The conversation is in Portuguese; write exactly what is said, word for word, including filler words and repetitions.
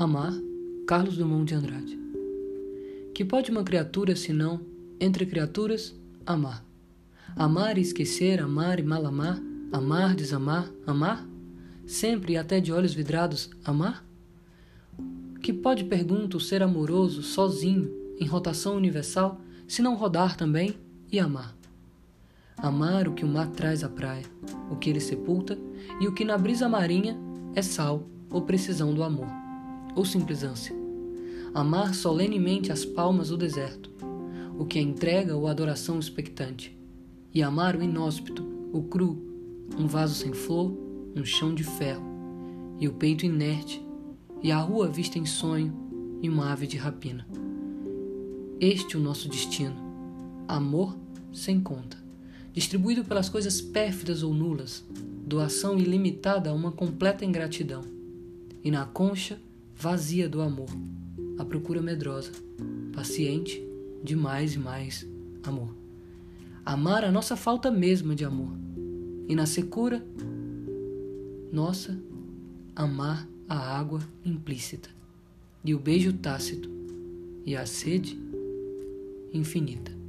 Amar, Carlos Drummond de Andrade. Que pode uma criatura, senão, entre criaturas, amar? Amar e esquecer, amar e mal amar, amar, desamar, amar? Sempre e até de olhos vidrados, amar? Que pode, pergunto, o ser amoroso, sozinho, em rotação universal, se não rodar também e amar? Amar o que o mar traz à praia, o que ele sepulta, e o que na brisa marinha é sal ou precisão do amor, ou simples ânsia. Amar solenemente as palmas do deserto, o que é entrega ou adoração expectante, e amar o inóspito, o cru, um vaso sem flor, um chão de ferro, e o peito inerte, e a rua vista em sonho, e uma ave de rapina. Este é o nosso destino, amor sem conta, distribuído pelas coisas pérfidas ou nulas, doação ilimitada a uma completa ingratidão, e na concha vazia do amor, a procura medrosa, paciente de mais e mais amor. Amar a nossa falta mesma de amor, e na secura nossa, amar a água implícita, e o beijo tácito, e a sede infinita.